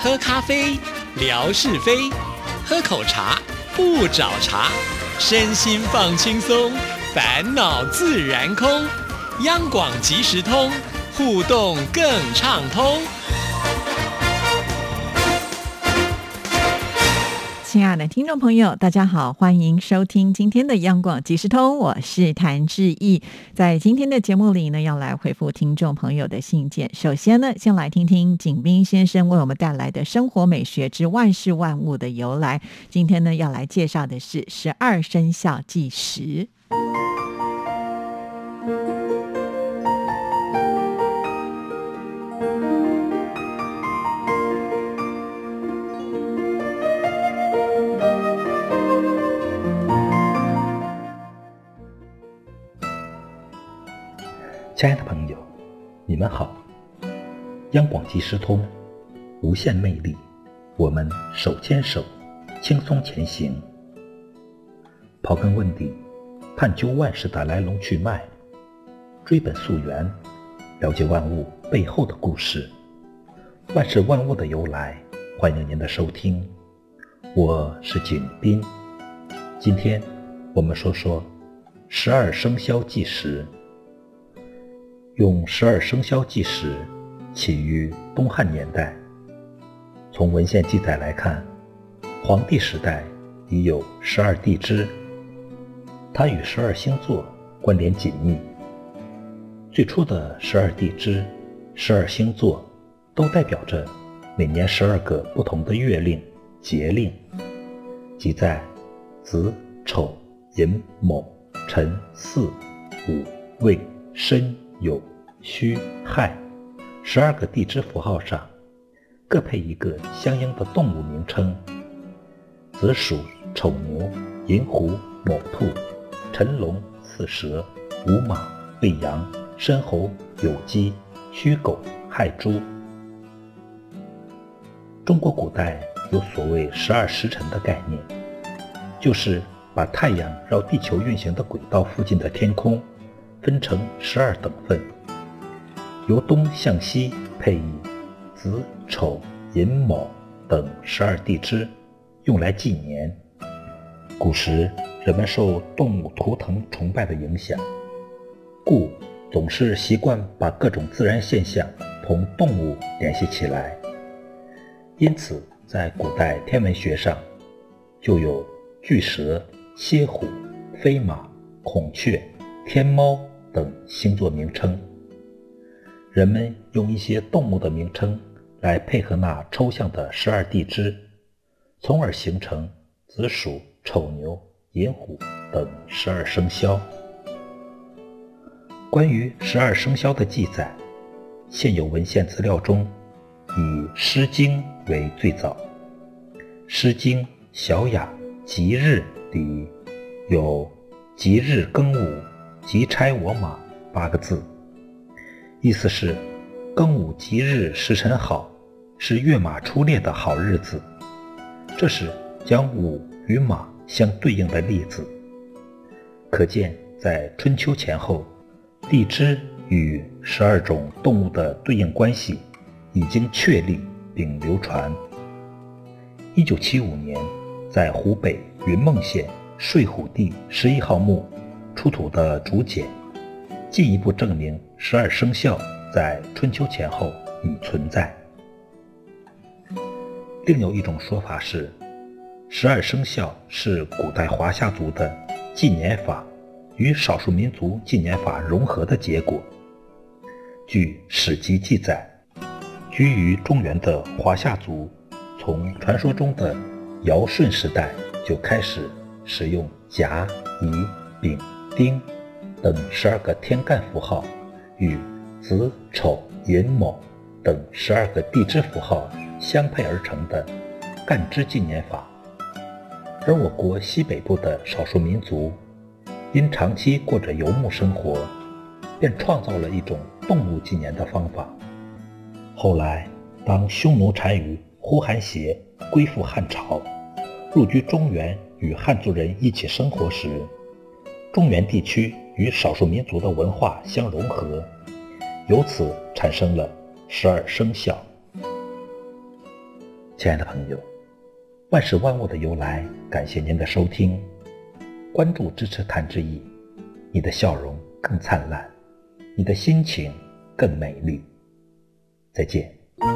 喝咖啡，聊是非；喝口茶，不找茬。身心放轻松，烦恼自然空。央广即时通，互动更畅通。 亲爱的听众朋友，大家好，欢迎收听今天的央广即时通，我是谭志毅。在今天的节目里呢，要来回复听众朋友的信件。首先呢，先来听听景斌先生为我们带来的生活美学之万事万物的由来。今天呢，要来介绍的是12生肖纪时。 亲爱的朋友，你们好。央广即时通，无限魅力，我们手牵手，轻松前行。刨根问底，探究万事的来龙去脉，追本溯源，了解万物背后的故事，万事万物的由来。欢迎您的收听，我是景斌。今天我们说说12生肖纪时。用12生肖纪时起于东汉年代。从文献记载来看，黄帝时代已有12地支，它与12星座关联紧密。最初的12地支、12星座都代表着每年12个不同的月令、节令，即在子、丑、寅、卯、辰、巳、午、未、申、酉、戌、亥12个地支符号上各配一个相应的动物名称。子鼠、丑牛、寅虎、卯兔、辰龙、巳蛇、午马、未羊、申猴、酉鸡、戌狗、亥猪。中国古代有所谓12时辰的概念，就是把太阳绕地球运行的轨道附近的天空分成12等份，由东向西配以子、丑、寅、卯等12地支，用来纪年。古时人们受动物图腾崇拜的影响，故总是习惯把各种自然现象同动物联系起来。因此在古代天文学上就有巨蛇、蝎虎、飞马、孔雀、天猫等星座名称。人们用一些动物的名称来配合那抽象的12地支，从而形成子鼠、丑牛、寅虎等12生肖。关于12生肖的记载，现有文献资料中以《诗经》为最早。《诗经·小雅·吉日》里有吉日庚午，吉差我马8个字，意思是庚午吉日时辰好，是跃马出猎的好日子。这是将午与马相对应的例子，可见在春秋前后，地支与12种动物的对应关系已经确立并流传。1975年，在湖北云梦县睡虎地11号墓出土的竹简，进一步证明12生肖在春秋前后已存在。另有一种说法是，12生肖是古代华夏族的纪年法与少数民族纪年法融合的结果。据史籍记载，居于中原的华夏族从传说中的尧舜时代就开始使用甲、乙、丙、丁等12个天干符号与子、丑、寅、卯等12个地支符号相配而成的干支纪年法。而我国西北部的少数民族因长期过着游牧生活，便创造了一种动物纪年的方法。后来当匈奴单于呼韩邪归附汉朝，入居中原与汉族人一起生活时，中原地区与少数民族的文化相融合，由此产生了12生肖。 亲爱的朋友，万事万物的由来，感谢您的收听，关注支持谭志毅，你的笑容更灿烂，你的心情更美丽。再见。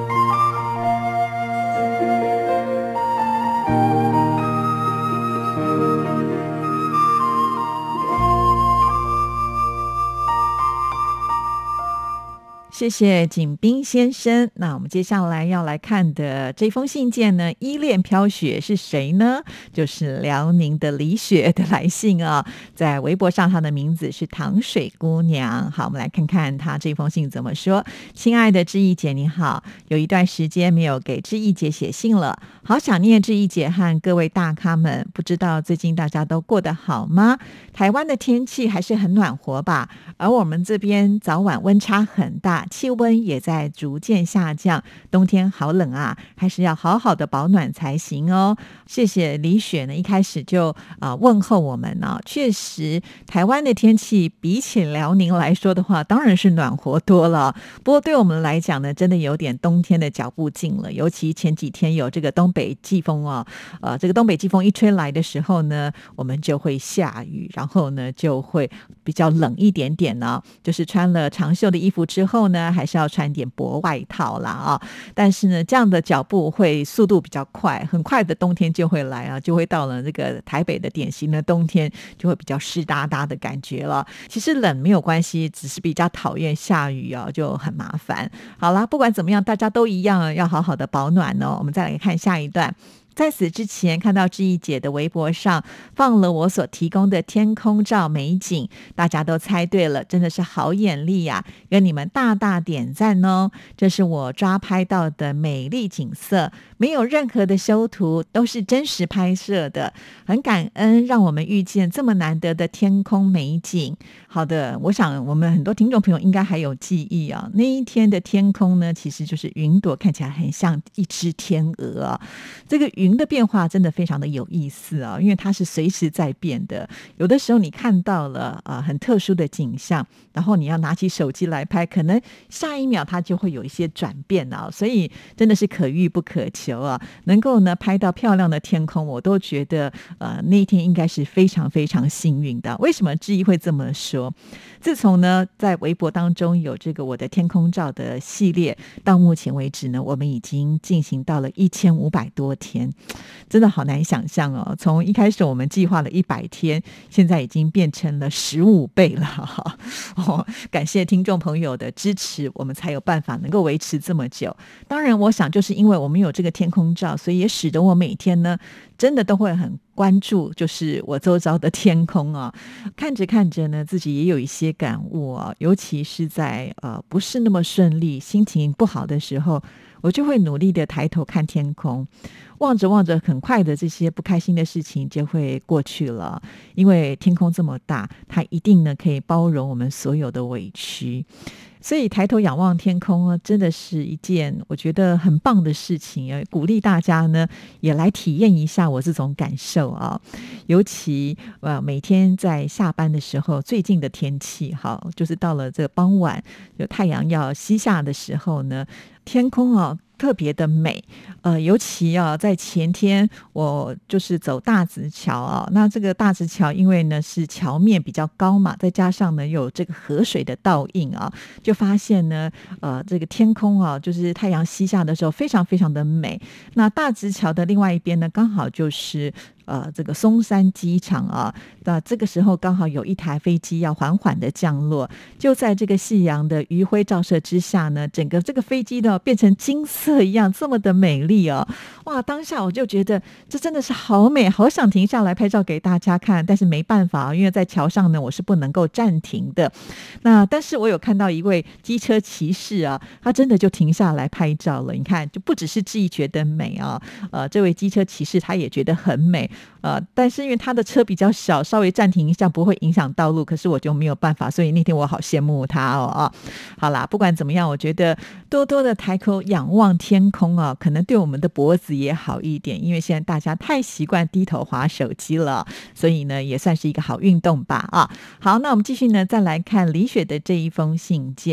谢谢景斌先生。那我们接下来要来看的这封信件呢，依恋飘雪是谁呢？就是辽宁的李雪的来信啊，在微博上她的名字是糖水姑娘。好，我们来看看她这封信怎么说。亲爱的志毅姐你好，有一段时间没有给志毅姐写信了，好想念志毅姐和各位大咖们，不知道最近大家都过得好吗？台湾的天气还是很暖和吧，而我们这边早晚温差很大，气温也在逐渐下降，冬天好冷啊，还是要好好的保暖才行哦。谢谢李雪呢，一开始就问候我们呢。确实台湾的天气比起辽宁来说的话，当然是暖和多了，不过对我们来讲呢，真的有点冬天的脚步近了。尤其前几天有这个东北季风这个东北季风一吹来的时候呢，我们就会下雨，然后呢就会比较冷一点点呢，就是穿了长袖的衣服之后呢，还是要穿点薄外套啦啊。但是呢，这样的脚步会速度比较快，很快的冬天就会来啊，就会到了这个台北的典型的冬天，就会比较湿哒哒的感觉了。其实冷没有关系，只是比较讨厌下雨就很麻烦。好啦，不管怎么样，大家都一样要好好的保暖哦。我们再来看下一段。在此之前看到志毅姐的微博上放了我所提供的天空照美景，大家都猜对了，真的是好眼力呀，跟你们大大点赞哦。这是我抓拍到的美丽景色，没有任何的修图，都是真实拍摄的，很感恩让我们遇见这么难得的天空美景。好的，我想我们很多听众朋友应该还有记忆啊，那一天的天空呢，其实就是云朵看起来很像一只天鹅啊。这个云的变化真的非常的有意思啊，因为它是随时在变的。有的时候你看到了很特殊的景象，然后你要拿起手机来拍，可能下一秒它就会有一些转变啊，所以真的是可遇不可求啊。能够呢拍到漂亮的天空，我都觉得那一天应该是非常非常幸运的。为什么志毅会这么说？自从呢在微博当中有这个我的天空照的系列，到目前为止呢，我们已经进行到了1500多天，真的好难想象哦。从一开始我们计划了100天，现在已经变成了15倍了感谢听众朋友的支持，我们才有办法能够维持这么久。当然我想就是因为我们有这个天空照，所以也使得我每天呢真的都会很关注就是我周遭的天空啊。看着看着呢，自己也有一些感悟啊，尤其是在不是那么顺利心情不好的时候，我就会努力的抬头看天空，望着望着，很快的这些不开心的事情就会过去了。因为天空这么大，它一定呢可以包容我们所有的委屈。所以抬头仰望天空真的是一件我觉得很棒的事情，鼓励大家呢也来体验一下我这种感受啊。尤其每天在下班的时候，最近的天气好，就是到了这个傍晚，就太阳要西下的时候呢，天空特别的美。尤其在前天我就是走大直桥那这个大直桥因为呢是桥面比较高嘛，再加上呢有这个河水的倒映就发现呢这个天空就是太阳西下的时候非常非常的美。那大直桥的另外一边呢，刚好就是这个松山机场那这个时候刚好有一台飞机要缓缓的降落，就在这个夕阳的余晖照射之下呢，整个这个飞机变成金色一样，这么的美丽哇！当下我就觉得这真的是好美，好想停下来拍照给大家看，但是没办法因为在桥上呢我是不能够暂停的。那但是我有看到一位机车骑士他真的就停下来拍照了。你看，就不只是志毅觉得美这位机车骑士他也觉得很美但是因为他的车比较小，稍微暂停一下不会影响道路，可是我就没有办法，所以那天我好羡慕他好啦，不管怎么样，我觉得多多的抬头仰望天空可能对我们的脖子也好一点，因为现在大家太习惯低头滑手机了，所以呢也算是一个好运动吧好，那我们继续呢再来看李雪的这一封信件。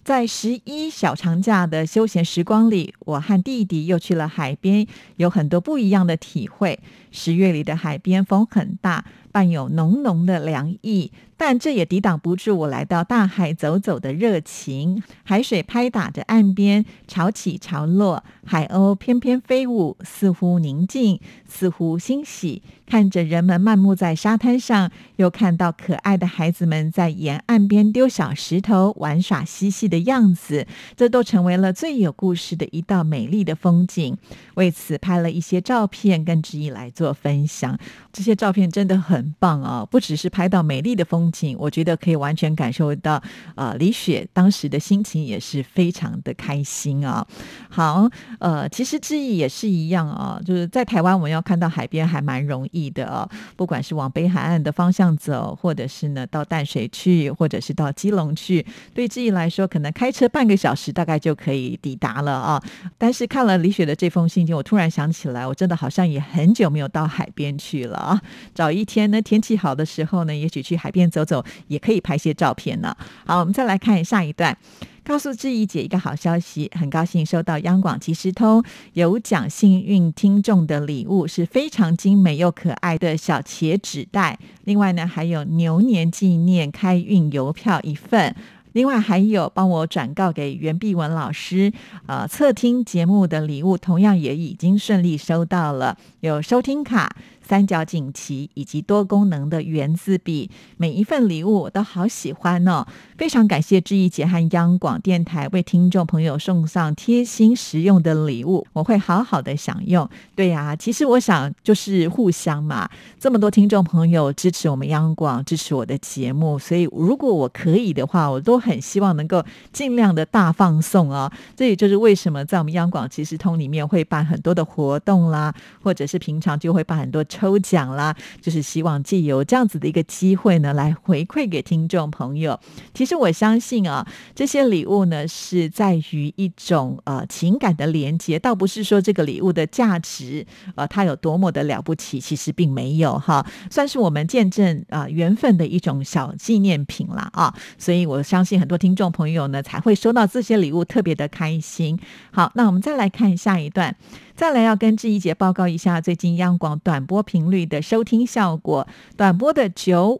在11小长假的休闲时光里，我和弟弟又去了海边，有很多不一样的体会。10月里的海边风很大，伴有浓浓的凉意，但这也抵挡不住我来到大海走走的热情。海水拍打着岸边，潮起潮落，海鸥翩翩飞舞，似乎宁静，似乎欣喜。看着人们漫步在沙滩上，又看到可爱的孩子们在沿岸边丢小石头玩耍嬉戏的样子，这都成为了最有故事的一道美丽的风景。为此拍了一些照片跟志毅来做分享，这些照片真的很棒哦，不只是拍到美丽的风景，我觉得可以完全感受到李雪当时的心情也是非常的开心啊。好，其实志毅也是一样啊，就是在台湾我们要看到海边还蛮容易的哦，不管是往北海岸的方向走，或者是呢到淡水去，或者是到基隆去，对志毅来说可能开车半个小时大概就可以抵达了啊。但是看了李雪的这封信件，我突然想起来，我真的好像也很久没有到海边去了啊。找一天呢天气好的时候呢，也许去海边走走也可以拍些照片呢。好，我们再来看下一段。告诉志毅姐一个好消息，很高兴收到央广即时通有奖幸运听众的礼物，是非常精美又可爱的小茄纸袋，另外呢还有牛年纪念开运邮票1份，另外还有帮我转告给袁碧文老师侧听节目的礼物，同样也已经顺利收到了，有收听卡、三角锦旗以及多功能的圆珠笔，每一份礼物我都好喜欢哦。非常感谢志毅姐和央广电台为听众朋友送上贴心实用的礼物，我会好好的享用。对啊，其实我想就是互相嘛，这么多听众朋友支持我们央广，支持我的节目，所以如果我可以的话，我都很希望能够尽量的大放送啊。这也就是为什么在我们央广即时通里面会办很多的活动啦，或者是平常就会办很多抽奖啦，就是希望藉由这样子的一个机会呢，来回馈给听众朋友。其实我相信啊，这些礼物呢是在于一种情感的连接，倒不是说这个礼物的价值它有多么的了不起，其实并没有哈，算是我们见证缘分的一种小纪念品啦啊。所以我相信很多听众朋友呢才会收到这些礼物，特别的开心。好，那我们再来看下一段。再来要跟志毅姐报告一下最近央广短波频率的收听效果，短波的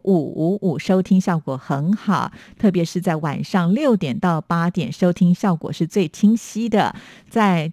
9555收听效果很好，特别是在晚上6点到8点收听效果是最清晰的，在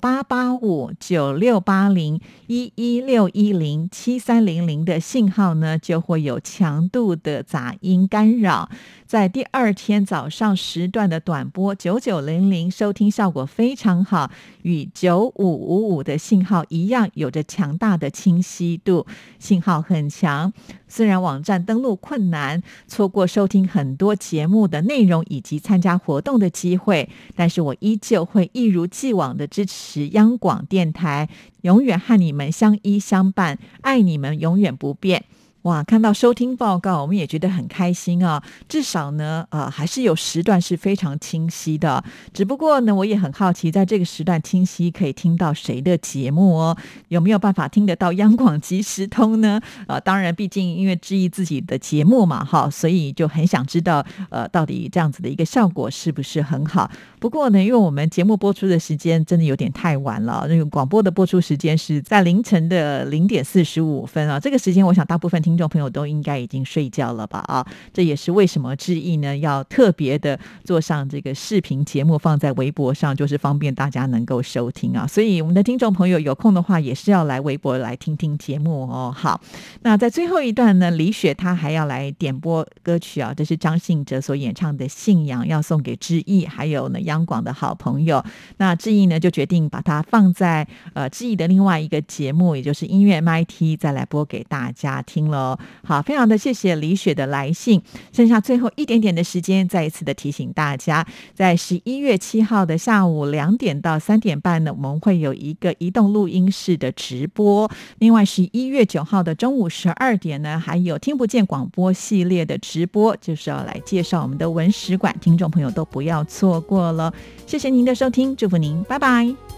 9885、9680、11610、7300的信号呢就会有强度的杂音干扰。在第二天早上时段的短波9900收听效果非常好，与9555的信号一样，有着强大的清晰度，信号很强。虽然网站登录困难，错过收听很多节目的内容以及参加活动的机会，但是我依旧会一如既往的支持央广电台，永远和你们相依相伴，爱你们永远不变。哇，看到收听报告我们也觉得很开心啊，至少呢还是有时段是非常清晰的，只不过呢我也很好奇，在这个时段清晰可以听到谁的节目哦，有没有办法听得到央广即时通呢？当然毕竟因为志毅自己的节目嘛哈，所以就很想知道到底这样子的一个效果是不是很好。不过呢因为我们节目播出的时间真的有点太晚了，那个广播的播出时间是在凌晨的0点45分啊，这个时间我想大部分听众朋友都应该已经睡觉了吧啊！这也是为什么志毅呢要特别的做上这个视频节目放在微博上，就是方便大家能够收听啊。所以我们的听众朋友有空的话也是要来微博来听听节目哦。好，那在最后一段呢，李雪她还要来点播歌曲啊，这是张信哲所演唱的《信仰》，要送给志毅还有呢央广的好朋友。那志毅呢就决定把它放在志毅的另外一个节目，也就是音乐 MIT 再来播给大家听了。好，非常的谢谢李雪的来信，剩下最后一点点的时间，再一次的提醒大家，在11月7号的下午2点到3点半呢，我们会有一个移动录音室的直播，另外11月9号的中午12点呢，还有听不见广播系列的直播，就是要来介绍我们的文史馆，听众朋友都不要错过了。谢谢您的收听，祝福您，拜拜。